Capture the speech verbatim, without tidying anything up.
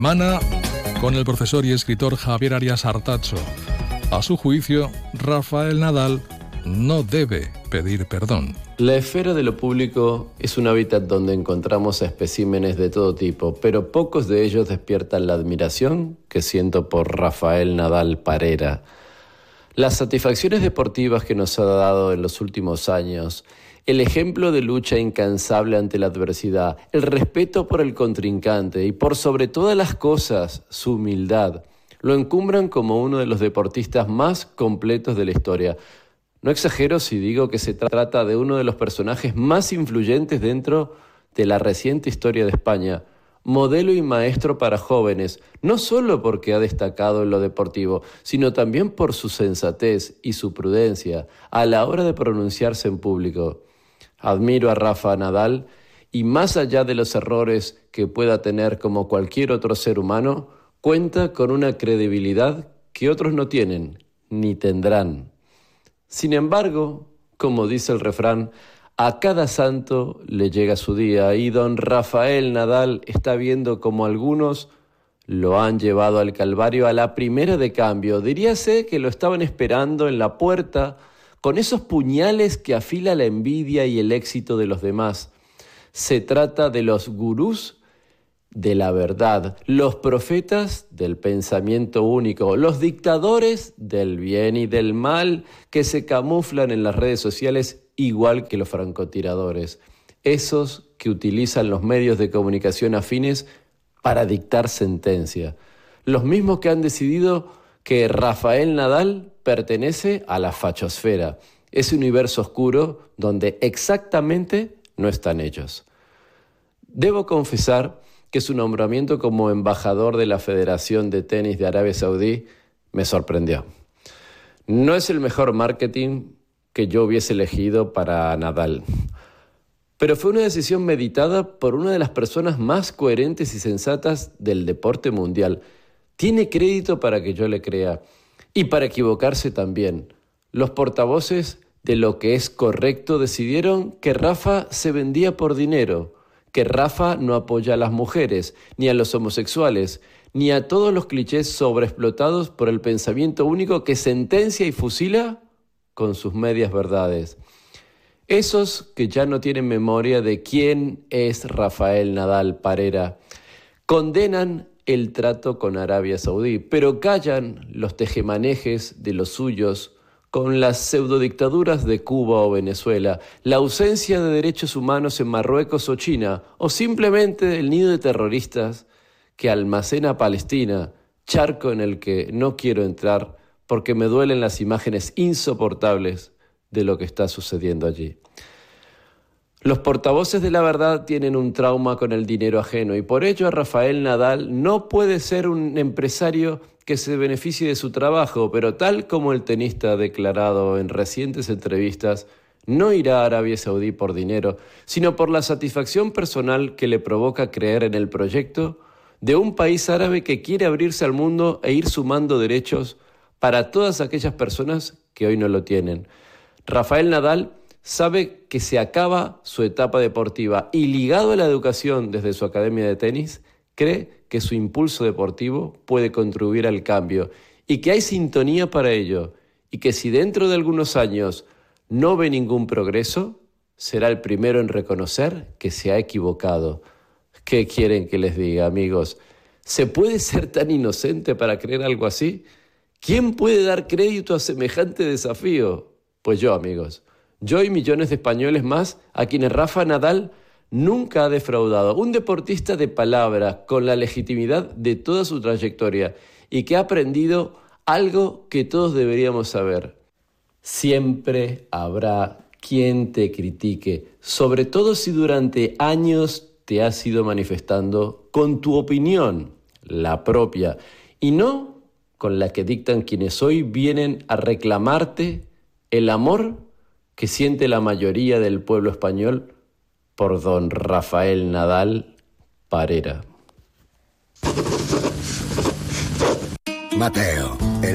Mana con el profesor y escritor Javier Arias Artacho. A su juicio, Rafael Nadal no debe pedir perdón. La esfera de lo público es un hábitat donde encontramos a especímenes de todo tipo, pero pocos de ellos despiertan la admiración que siento por Rafael Nadal Parera. Las satisfacciones deportivas que nos ha dado en los últimos años, el ejemplo de lucha incansable ante la adversidad, el respeto por el contrincante y por sobre todas las cosas, su humildad, lo encumbran como uno de los deportistas más completos de la historia. No exagero si digo que se trata de uno de los personajes más influyentes dentro de la reciente historia de España, modelo y maestro para jóvenes, no solo porque ha destacado en lo deportivo, sino también por su sensatez y su prudencia a la hora de pronunciarse en público. Admiro a Rafa Nadal y más allá de los errores que pueda tener como cualquier otro ser humano, cuenta con una credibilidad que otros no tienen ni tendrán. Sin embargo, como dice el refrán, a cada santo le llega su día y don Rafael Nadal está viendo como algunos lo han llevado al Calvario a la primera de cambio. Diríase que lo estaban esperando en la puerta con esos puñales que afila la envidia y el éxito de los demás. Se trata de los gurús de la verdad, los profetas del pensamiento único, los dictadores del bien y del mal que se camuflan en las redes sociales igual que los francotiradores, esos que utilizan los medios de comunicación afines para dictar sentencia, los mismos que han decidido que Rafael Nadal pertenece a la fachosfera, ese universo oscuro donde exactamente no están ellos. Debo confesar que su nombramiento como embajador de la Federación de Tenis de Arabia Saudí me sorprendió. No es el mejor marketing que yo hubiese elegido para Nadal, pero fue una decisión meditada por una de las personas más coherentes y sensatas del deporte mundial. Tiene crédito para que yo le crea y para equivocarse también. Los portavoces de lo que es correcto decidieron que Rafa se vendía por dinero, que Rafa no apoya a las mujeres, ni a los homosexuales, ni a todos los clichés sobreexplotados por el pensamiento único que sentencia y fusila con sus medias verdades. Esos que ya no tienen memoria de quién es Rafael Nadal Parera, condenan el trato con Arabia Saudí, pero callan los tejemanejes de los suyos con las pseudodictaduras de Cuba o Venezuela, la ausencia de derechos humanos en Marruecos o China, o simplemente el nido de terroristas que almacena Palestina, charco en el que no quiero entrar porque me duelen las imágenes insoportables de lo que está sucediendo allí. Los portavoces de la verdad tienen un trauma con el dinero ajeno y por ello Rafael Nadal no puede ser un empresario que se beneficie de su trabajo, pero tal como el tenista ha declarado en recientes entrevistas, no irá a Arabia Saudí por dinero, sino por la satisfacción personal que le provoca creer en el proyecto de un país árabe que quiere abrirse al mundo e ir sumando derechos para todas aquellas personas que hoy no lo tienen. Rafael Nadal sabe que se acaba su etapa deportiva y ligado a la educación desde su academia de tenis, cree que su impulso deportivo puede contribuir al cambio y que hay sintonía para ello y que si dentro de algunos años no ve ningún progreso, será el primero en reconocer que se ha equivocado. ¿Qué quieren que les diga, amigos? ¿Se puede ser tan inocente para creer algo así? ¿Quién puede dar crédito a semejante desafío? Pues yo, amigos. Yo y millones de españoles más a quienes Rafa Nadal nunca ha defraudado. Un deportista de palabra, con la legitimidad de toda su trayectoria y que ha aprendido algo que todos deberíamos saber. Siempre habrá quien te critique, sobre todo si durante años te has ido manifestando con tu opinión, la propia, y no con la que dictan quienes hoy vienen a reclamarte el amor que siente la mayoría del pueblo español por don Rafael Nadal Parera. Mateo.